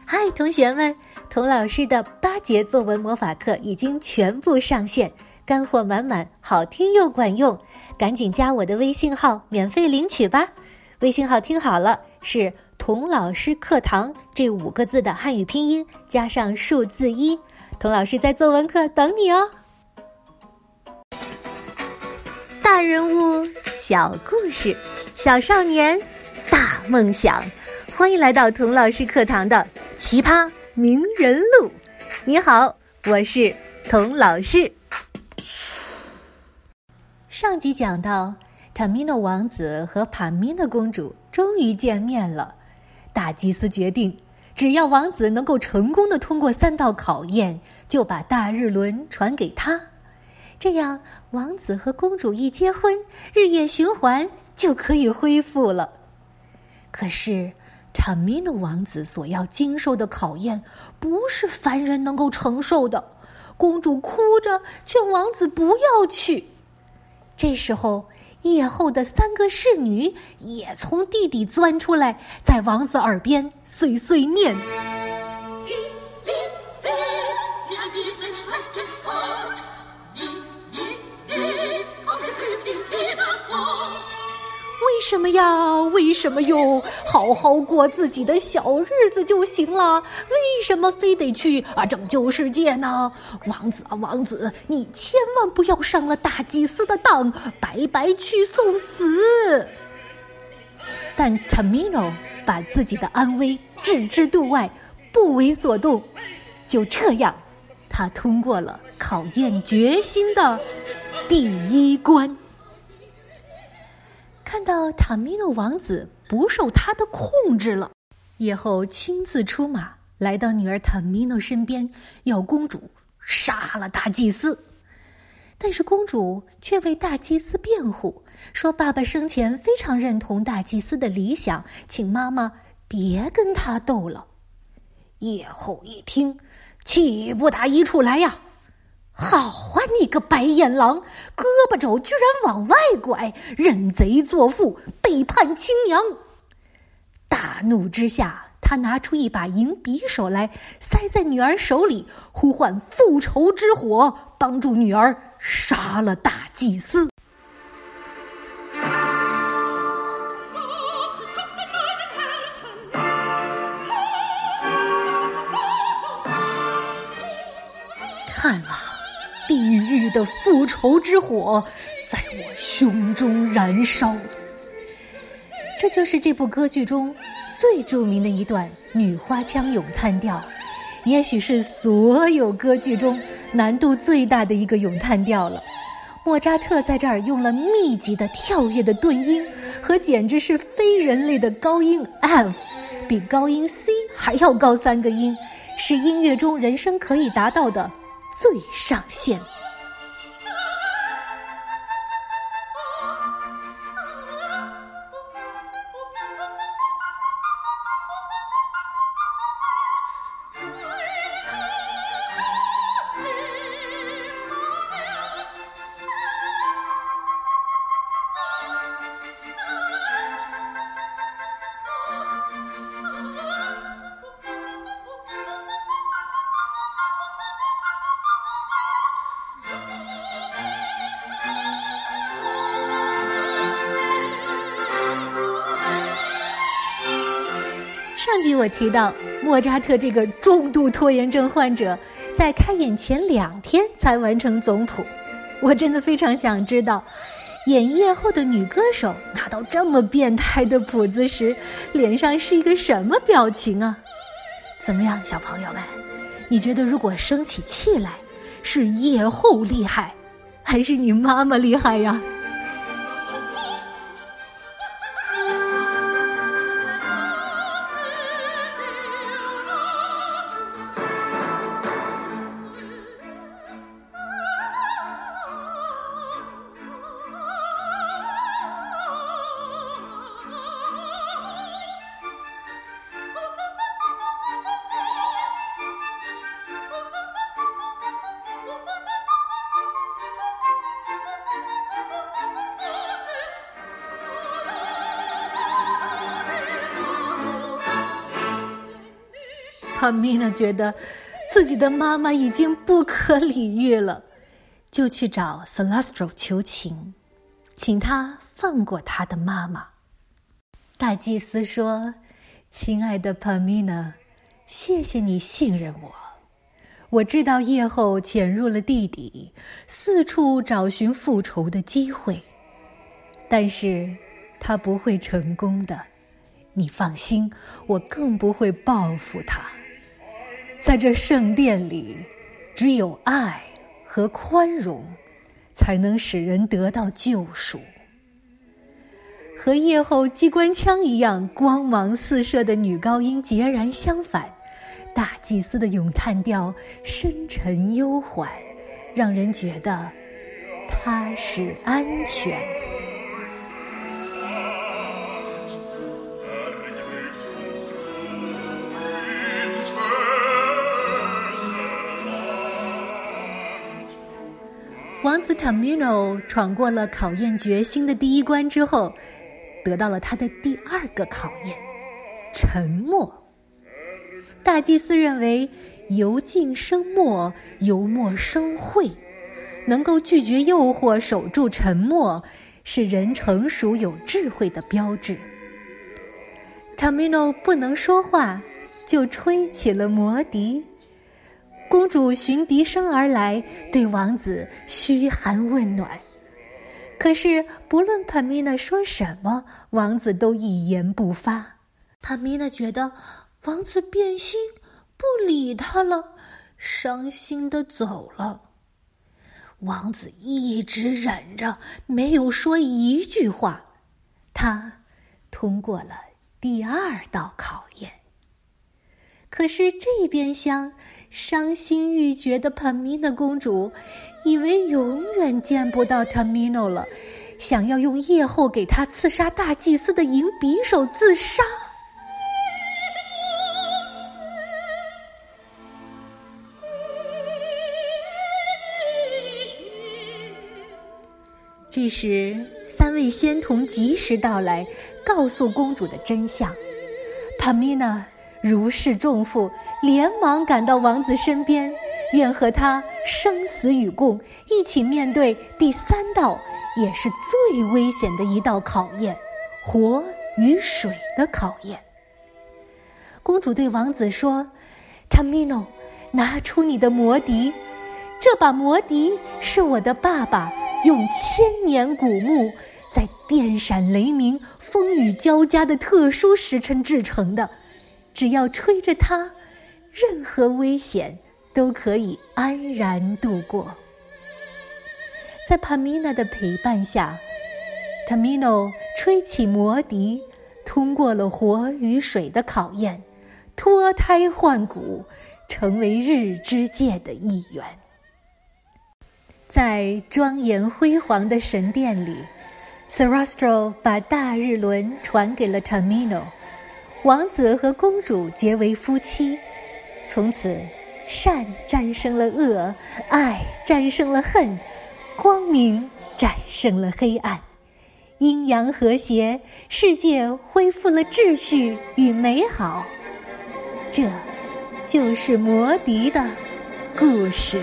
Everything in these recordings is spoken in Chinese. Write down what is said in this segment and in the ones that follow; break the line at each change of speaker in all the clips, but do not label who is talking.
嗨，同学们，童老师的8节作文魔法课已经全部上线，干货满满，好听又管用，赶紧加我的微信号免费领取吧。微信号听好了，是童老师课堂这5个字的汉语拼音加上数字1，童老师在作文课等你哦。大人物，小故事，小少年，大梦想。欢迎来到童老师课堂的奇葩名人录。你好，我是童老师。上集讲到塔米诺王子和帕米娜公主终于见面了。大祭司决定，只要王子能够成功地通过3道考验，就把大日轮传给他。这样王子和公主一结婚，日夜循环就可以恢复了。可是塔米诺王子所要经受的考验不是凡人能够承受的，公主哭着劝王子不要去。这时候夜后的3个侍女也从地底钻出来，在王子耳边碎碎念：为什么呀？为什么哟？好好过自己的小日子就行了，为什么非得去拯救世界呢？王子啊，王子，你千万不要上了大祭司的当，白白去送死。但 Tamino 把自己的安危置之度外，不为所动。就这样，他通过了考验决心的第1关。看到塔米诺王子不受他的控制了，夜后亲自出马，来到女儿塔米诺身边，要公主杀了大祭司。但是公主却为大祭司辩护，说爸爸生前非常认同大祭司的理想，请妈妈别跟他斗了。夜后一听，气不打一处来呀！好啊，你个白眼狼，胳膊肘居然往外拐，认贼作父，背叛亲娘！大怒之下，他拿出一把银匕首来，塞在女儿手里，呼唤复仇之火，帮助女儿杀了大祭司。看啊，地狱的复仇之火在我胸中燃烧。这就是这部歌剧中最著名的一段女花腔咏叹调，也许是所有歌剧中难度最大的一个咏叹调了。莫扎特在这儿用了密集的跳跃的顿音和简直是非人类的高音 F， 比高音 C 还要高3个音，是音乐中人声可以达到的最上限。上集我提到，莫扎特这个重度拖延症患者，在开演前2天才完成总谱。我真的非常想知道，演夜后的女歌手拿到这么变态的谱子时，脸上是一个什么表情啊？怎么样，小朋友们，你觉得如果生起气来，是夜后厉害，还是你妈妈厉害呀？ 帕米娜觉得自己的妈妈已经不可理喻了，就去找 Salustro 求情，请他放过他的妈妈。大祭司说：“亲爱的帕米娜，谢谢你信任我。我知道夜后潜入了地底，四处找寻复仇的机会，但是他不会成功的。你放心，我更不会报复他。在这圣殿里，只有爱和宽容，才能使人得到救赎。”和夜后机关枪一样光芒四射的女高音截然相反，大祭司的咏叹调深沉悠缓，让人觉得他是安全。王子 Tamino 闯过了考验决心的第一关之后，得到了他的第二个考验——沉默。大祭司认为由静生默，由默生慧，能够拒绝诱惑，守住沉默，是人成熟有智慧的标志。Tamino 不能说话，就吹起了魔笛。公主循笛声而来，对王子嘘寒问暖。可是不论帕米娜说什么，王子都一言不发。帕米娜觉得王子变心，不理他了，伤心地走了。王子一直忍着，没有说一句话。他通过了第二道考验。可是这边厢，伤心欲绝的帕米娜公主以为永远见不到 Tamino 了，想要用夜后给他刺杀大祭司的银匕首自杀。这时三位仙童及时到来，告诉公主的真相。帕米娜如释重负，连忙赶到王子身边，愿和他生死与共，一起面对第三道也是最危险的一道考验——火与水的考验。公主对王子说： Tamino， 拿出你的魔笛，这把魔笛是我的爸爸用千年古木在电闪雷鸣、风雨交加的特殊时辰制成的，只要吹着它，任何危险都可以安然度过。在帕米娜的陪伴下， Tamino 吹起魔笛，通过了火与水的考验，脱胎换骨，成为日之界的一员。在庄严辉煌的神殿里， Sarastro 把大日轮传给了 Tamino， 王子和公主结为夫妻。从此，善战胜了恶，爱战胜了恨，光明战胜了黑暗，阴阳和谐，世界恢复了秩序与美好。这就是魔笛的故事。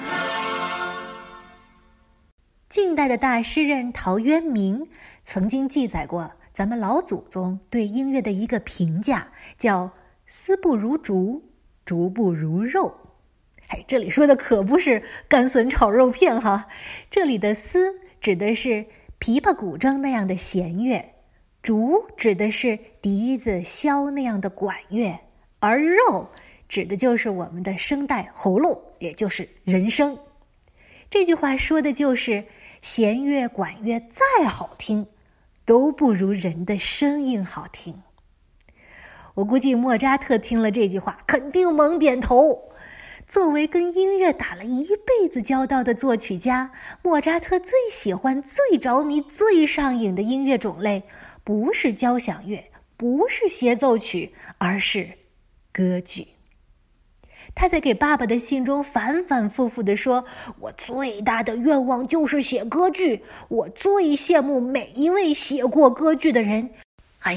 近代的大诗人陶渊明曾经记载过咱们老祖宗对音乐的一个评价，叫丝不如竹，竹不如肉。这里说的可不是干笋炒肉片哈，这里的丝指的是琵琶古筝那样的弦乐，竹指的是笛子箫那样的管乐，而肉指的就是我们的声带喉咙，也就是人声。这句话说的就是弦乐管乐再好听，都不如人的声音好听。我估计莫扎特听了这句话肯定猛点头。作为跟音乐打了一辈子交道的作曲家，莫扎特最喜欢、最着迷、最上瘾的音乐种类，不是交响乐，不是协奏曲，而是歌剧。他在给爸爸的信中反反复复地说，我最大的愿望就是写歌剧，我最羡慕每一位写过歌剧的人。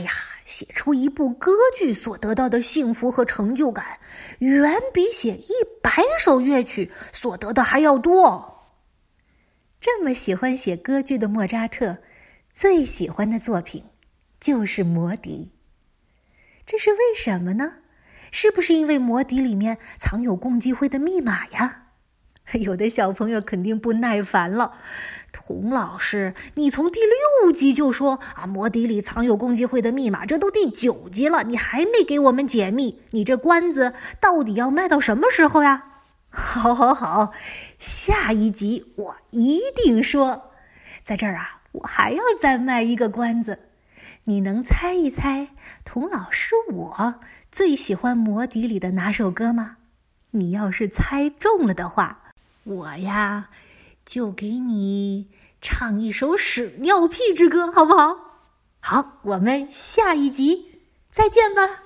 写出一部歌剧所得到的幸福和成就感，远比写100首乐曲所得的还要多。这么喜欢写歌剧的莫扎特，最喜欢的作品就是《魔笛》。这是为什么呢？是不是因为《魔笛》里面藏有共济会的密码呀？有的小朋友肯定不耐烦了，童老师，你从第6集就说《魔笛》里藏有共济会的密码，这都第9集了，你还没给我们解密，你这关子到底要卖到什么时候呀？好，下一集我一定说。在这儿我还要再卖一个关子，你能猜一猜童老师我最喜欢《魔笛》里的哪首歌吗？你要是猜中了的话，我呀就给你唱一首屎尿屁之歌，好不好？好，我们下一集再见吧。